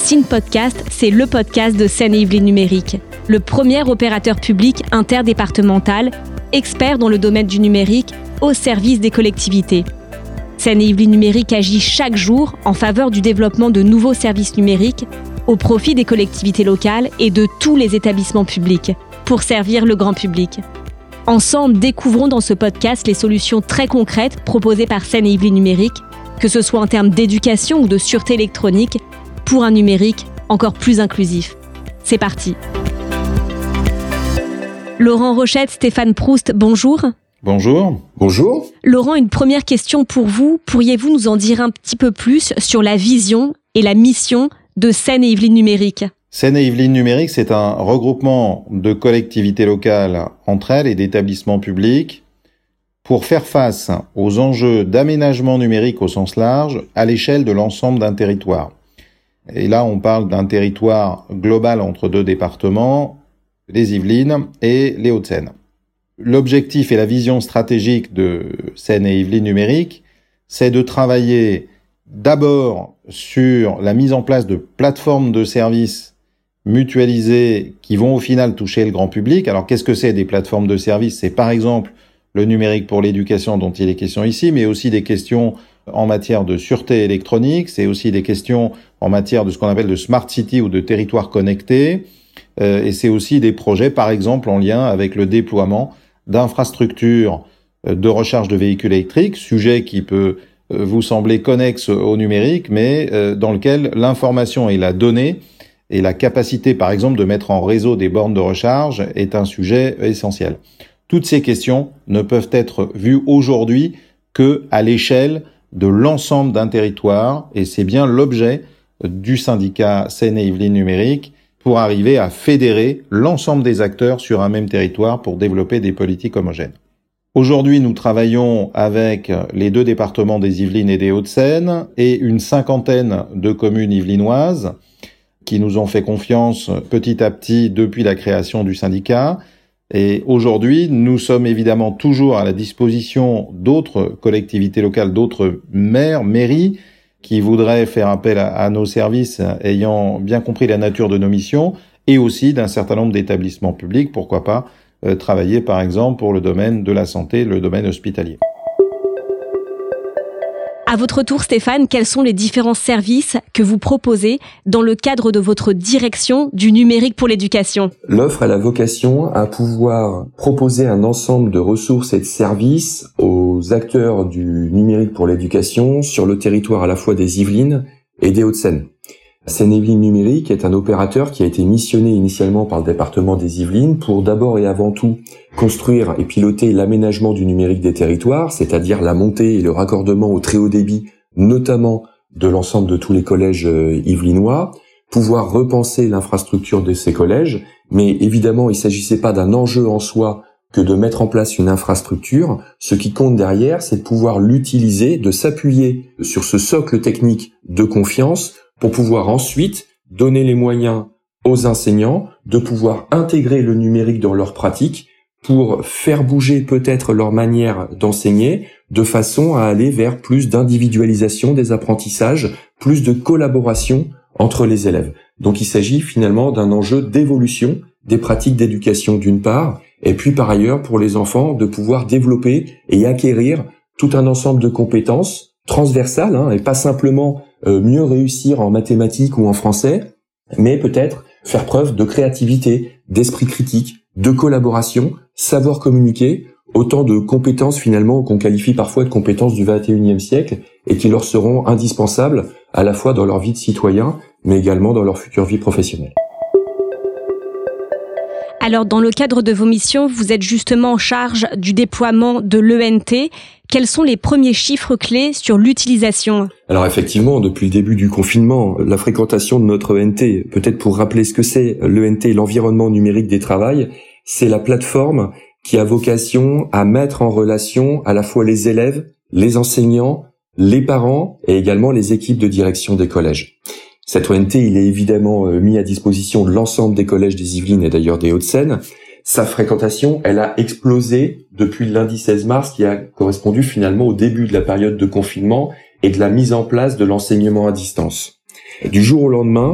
Seine Podcast, c'est le podcast de Seine-et-Yvelines Numérique, le premier opérateur public interdépartemental, expert dans le domaine du numérique, au service des collectivités. Seine-et-Yvelines Numérique agit chaque jour en faveur du développement de nouveaux services numériques au profit des collectivités locales et de tous les établissements publics, pour servir le grand public. Ensemble, découvrons dans ce podcast les solutions très concrètes proposées par Seine-et-Yvelines Numérique, que ce soit en termes d'éducation ou de sûreté électronique, pour un numérique encore plus inclusif. C'est parti. Laurent Rochette, Stéphane Proust, bonjour. Bonjour. Bonjour. Laurent, une première question pour vous. Pourriez-vous nous en dire un petit peu plus sur la vision et la mission de Seine-et-Yvelines Numérique ? Seine-et-Yvelines Numérique, c'est un regroupement de collectivités locales entre elles et d'établissements publics pour faire face aux enjeux d'aménagement numérique au sens large à l'échelle de l'ensemble d'un territoire. Et là, on parle d'un territoire global entre deux départements, les Yvelines et les Hauts-de-Seine. L'objectif et la vision stratégique de Seine-et-Yvelines Numérique, c'est de travailler d'abord sur la mise en place de plateformes de services mutualisées qui vont au final toucher le grand public. Alors, qu'est-ce que c'est des plateformes de services ? C'est par exemple le numérique pour l'éducation dont il est question ici, mais aussi des questions en matière de sûreté électronique, c'est aussi des questions en matière de ce qu'on appelle de smart city ou de territoire connecté, et c'est aussi des projets, par exemple, en lien avec le déploiement d'infrastructures de recharge de véhicules électriques, sujet qui peut vous sembler connexe au numérique, mais dans lequel l'information et la donnée et la capacité, par exemple, de mettre en réseau des bornes de recharge est un sujet essentiel. Toutes ces questions ne peuvent être vues aujourd'hui que à l'échelle de l'ensemble d'un territoire, et c'est bien l'objet du syndicat Seine-et-Yvelines Numérique pour arriver à fédérer l'ensemble des acteurs sur un même territoire pour développer des politiques homogènes. Aujourd'hui, nous travaillons avec les deux départements des Yvelines et des Hauts-de-Seine et une cinquantaine de communes yvelinoises qui nous ont fait confiance petit à petit depuis la création du syndicat. Et aujourd'hui, nous sommes évidemment toujours à la disposition d'autres collectivités locales, d'autres maires, mairies, qui voudraient faire appel à nos services ayant bien compris la nature de nos missions, et aussi d'un certain nombre d'établissements publics, pourquoi pas travailler par exemple pour le domaine de la santé, le domaine hospitalier. À votre tour, Stéphane, quels sont les différents services que vous proposez dans le cadre de votre direction du numérique pour l'éducation ? L'offre a la vocation à pouvoir proposer un ensemble de ressources et de services aux acteurs du numérique pour l'éducation sur le territoire à la fois des Yvelines et des Hauts-de-Seine. Seine-et-Yvelines Numérique est un opérateur qui a été missionné initialement par le département des Yvelines pour d'abord et avant tout construire et piloter l'aménagement du numérique des territoires, c'est-à-dire la montée et le raccordement au très haut débit, notamment de l'ensemble de tous les collèges yvelinois, pouvoir repenser l'infrastructure de ces collèges, mais évidemment il ne s'agissait pas d'un enjeu en soi que de mettre en place une infrastructure. Ce qui compte derrière, c'est de pouvoir l'utiliser, de s'appuyer sur ce socle technique de confiance pour pouvoir ensuite donner les moyens aux enseignants de pouvoir intégrer le numérique dans leur pratique pour faire bouger peut-être leur manière d'enseigner de façon à aller vers plus d'individualisation des apprentissages, plus de collaboration entre les élèves. Donc il s'agit finalement d'un enjeu d'évolution des pratiques d'éducation d'une part, et puis par ailleurs pour les enfants de pouvoir développer et acquérir tout un ensemble de compétences transversales, et pas simplement mieux réussir en mathématiques ou en français, mais peut-être faire preuve de créativité, d'esprit critique, de collaboration, savoir communiquer, autant de compétences finalement qu'on qualifie parfois de compétences du 21e siècle et qui leur seront indispensables à la fois dans leur vie de citoyen, mais également dans leur future vie professionnelle. Alors, dans le cadre de vos missions, vous êtes justement en charge du déploiement de l'ENT. Quels sont les premiers chiffres clés sur l'utilisation ? Alors effectivement, depuis le début du confinement, la fréquentation de notre ENT, peut-être pour rappeler ce que c'est, l'ENT, l'environnement numérique des travails, c'est la plateforme qui a vocation à mettre en relation à la fois les élèves, les enseignants, les parents et également les équipes de direction des collèges. Cet ONT, il est évidemment mis à disposition de l'ensemble des collèges des Yvelines et d'ailleurs des Hauts-de-Seine. Sa fréquentation, elle a explosé depuis le lundi 16 mars qui a correspondu finalement au début de la période de confinement et de la mise en place de l'enseignement à distance. Du jour au lendemain,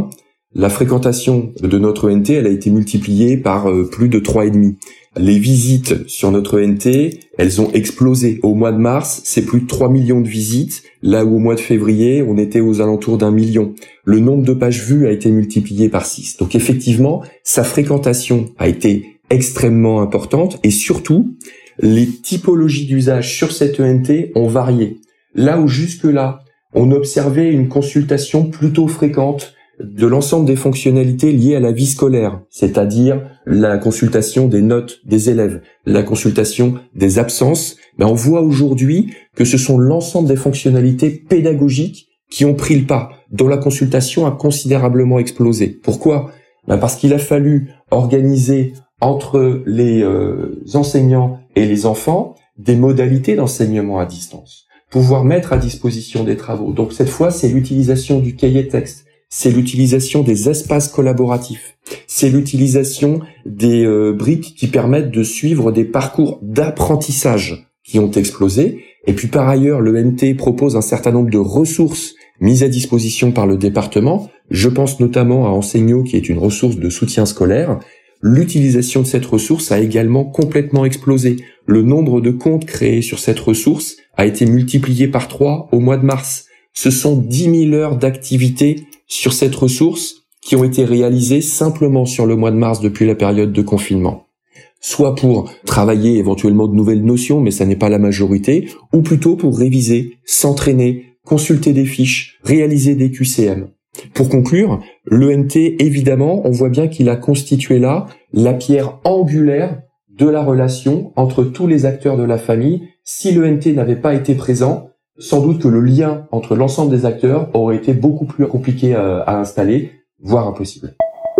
La fréquentation de notre ENT, elle a été multipliée par plus de 3,5. Les visites sur notre ENT, elles ont explosé. Au mois de mars, c'est plus de 3 millions de visites, là où au mois de février, on était aux alentours d'1 million. Le nombre de pages vues a été multiplié par 6. Donc effectivement, sa fréquentation a été extrêmement importante et surtout, les typologies d'usage sur cette ENT ont varié. Là où jusque-là, on observait une consultation plutôt fréquente de l'ensemble des fonctionnalités liées à la vie scolaire, c'est-à-dire la consultation des notes des élèves, la consultation des absences, on voit aujourd'hui que ce sont l'ensemble des fonctionnalités pédagogiques qui ont pris le pas, dont la consultation a considérablement explosé. Pourquoi ? Parce qu'il a fallu organiser entre les enseignants et les enfants des modalités d'enseignement à distance, pouvoir mettre à disposition des travaux. Donc cette fois, c'est l'utilisation du cahier texte, c'est l'utilisation des espaces collaboratifs, c'est l'utilisation des briques qui permettent de suivre des parcours d'apprentissage qui ont explosé. Et puis par ailleurs, le NT propose un certain nombre de ressources mises à disposition par le département. Je pense notamment à Enseignio, qui est une ressource de soutien scolaire. L'utilisation de cette ressource a également complètement explosé. Le nombre de comptes créés sur cette ressource a été multiplié par 3 au mois de mars. Ce sont 10 000 heures d'activité sur cette ressource qui ont été réalisées simplement sur le mois de mars depuis la période de confinement. Soit pour travailler éventuellement de nouvelles notions, mais ça n'est pas la majorité, ou plutôt pour réviser, s'entraîner, consulter des fiches, réaliser des QCM. Pour conclure, l'ENT, évidemment, on voit bien qu'il a constitué là la pierre angulaire de la relation entre tous les acteurs de la famille. Si l'ENT n'avait pas été présent, sans doute que le lien entre l'ensemble des acteurs aurait été beaucoup plus compliqué à installer, voire impossible.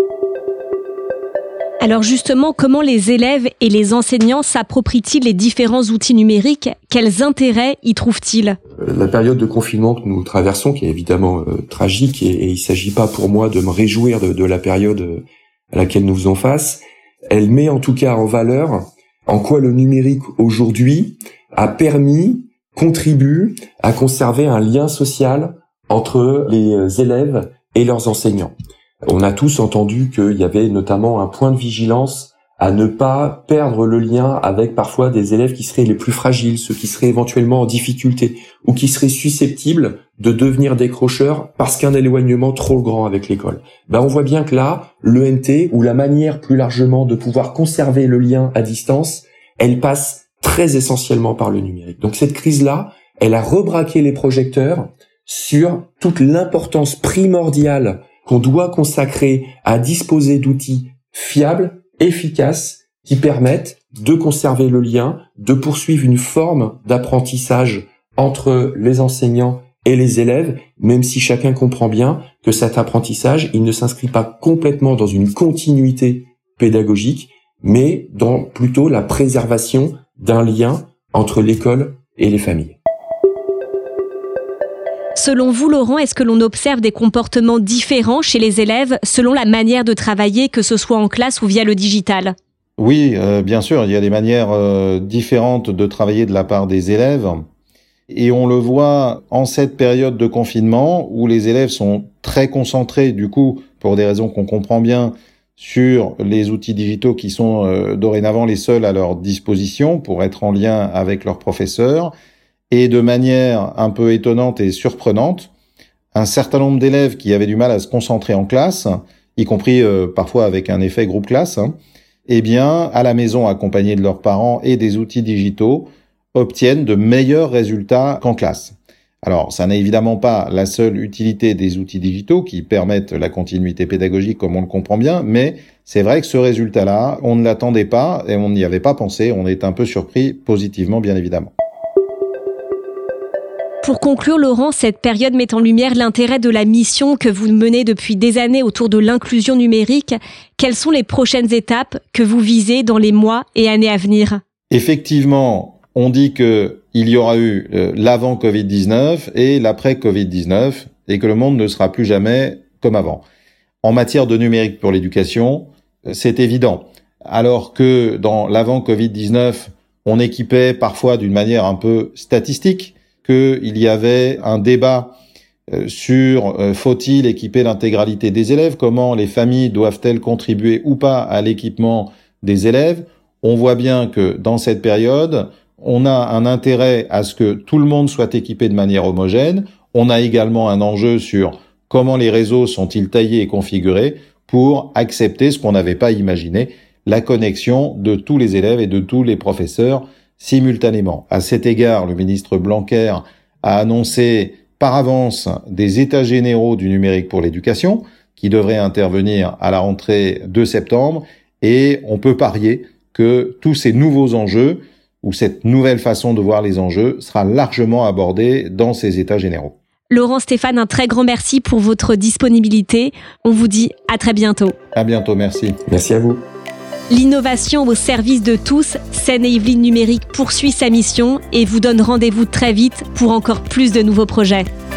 Alors justement, comment les élèves et les enseignants s'approprient-ils les différents outils numériques ? Quels intérêts y trouvent-ils ? La période de confinement que nous traversons, qui est évidemment tragique, et il ne s'agit pas pour moi de me réjouir de la période à laquelle nous faisons face, elle met en tout cas en valeur en quoi le numérique aujourd'hui a permis, contribue à conserver un lien social entre les élèves et leurs enseignants. On a tous entendu qu'il y avait notamment un point de vigilance à ne pas perdre le lien avec parfois des élèves qui seraient les plus fragiles, ceux qui seraient éventuellement en difficulté ou qui seraient susceptibles de devenir décrocheurs parce qu'un éloignement trop grand avec l'école. On voit bien que là, l'ENT ou la manière plus largement de pouvoir conserver le lien à distance, elle passe très essentiellement par le numérique. Donc cette crise-là, elle a rebraqué les projecteurs sur toute l'importance primordiale qu'on doit consacrer à disposer d'outils fiables, efficaces, qui permettent de conserver le lien, de poursuivre une forme d'apprentissage entre les enseignants et les élèves, même si chacun comprend bien que cet apprentissage, il ne s'inscrit pas complètement dans une continuité pédagogique, mais dans plutôt la préservation d'un lien entre l'école et les familles. Selon vous, Laurent, est-ce que l'on observe des comportements différents chez les élèves selon la manière de travailler, que ce soit en classe ou via le digital ? Oui, bien sûr, il y a des manières différentes de travailler de la part des élèves. Et on le voit en cette période de confinement où les élèves sont très concentrés, du coup, pour des raisons qu'on comprend bien, sur les outils digitaux qui sont dorénavant les seuls à leur disposition pour être en lien avec leurs professeurs. Et de manière un peu étonnante et surprenante, un certain nombre d'élèves qui avaient du mal à se concentrer en classe, y compris parfois avec un effet groupe classe, eh bien, à la maison, accompagnés de leurs parents et des outils digitaux, obtiennent de meilleurs résultats qu'en classe. Alors, ça n'est évidemment pas la seule utilité des outils digitaux qui permettent la continuité pédagogique comme on le comprend bien, mais c'est vrai que ce résultat-là, on ne l'attendait pas et on n'y avait pas pensé, on est un peu surpris positivement, bien évidemment. Pour conclure, Laurent, cette période met en lumière l'intérêt de la mission que vous menez depuis des années autour de l'inclusion numérique. Quelles sont les prochaines étapes que vous visez dans les mois et années à venir ? Effectivement, on dit qu'il y aura eu l'avant Covid-19 et l'après Covid-19 et que le monde ne sera plus jamais comme avant. En matière de numérique pour l'éducation, c'est évident. Alors que dans l'avant Covid-19, on équipait parfois d'une manière un peu statistique, qu'il y avait un débat sur faut-il équiper l'intégralité des élèves, comment les familles doivent-elles contribuer ou pas à l'équipement des élèves. On voit bien que dans cette période, on a un intérêt à ce que tout le monde soit équipé de manière homogène. On a également un enjeu sur comment les réseaux sont-ils taillés et configurés pour accepter ce qu'on n'avait pas imaginé, la connexion de tous les élèves et de tous les professeurs simultanément. À cet égard, le ministre Blanquer a annoncé par avance des états généraux du numérique pour l'éducation qui devraient intervenir à la rentrée de septembre, et on peut parier que tous ces nouveaux enjeux ou cette nouvelle façon de voir les enjeux sera largement abordée dans ces états généraux. Laurent Stéphane, un très grand merci pour votre disponibilité. On vous dit à très bientôt. À bientôt, merci. Merci à vous. L'innovation au service de tous, Seine-et-Yvelines Numérique poursuit sa mission et vous donne rendez-vous très vite pour encore plus de nouveaux projets.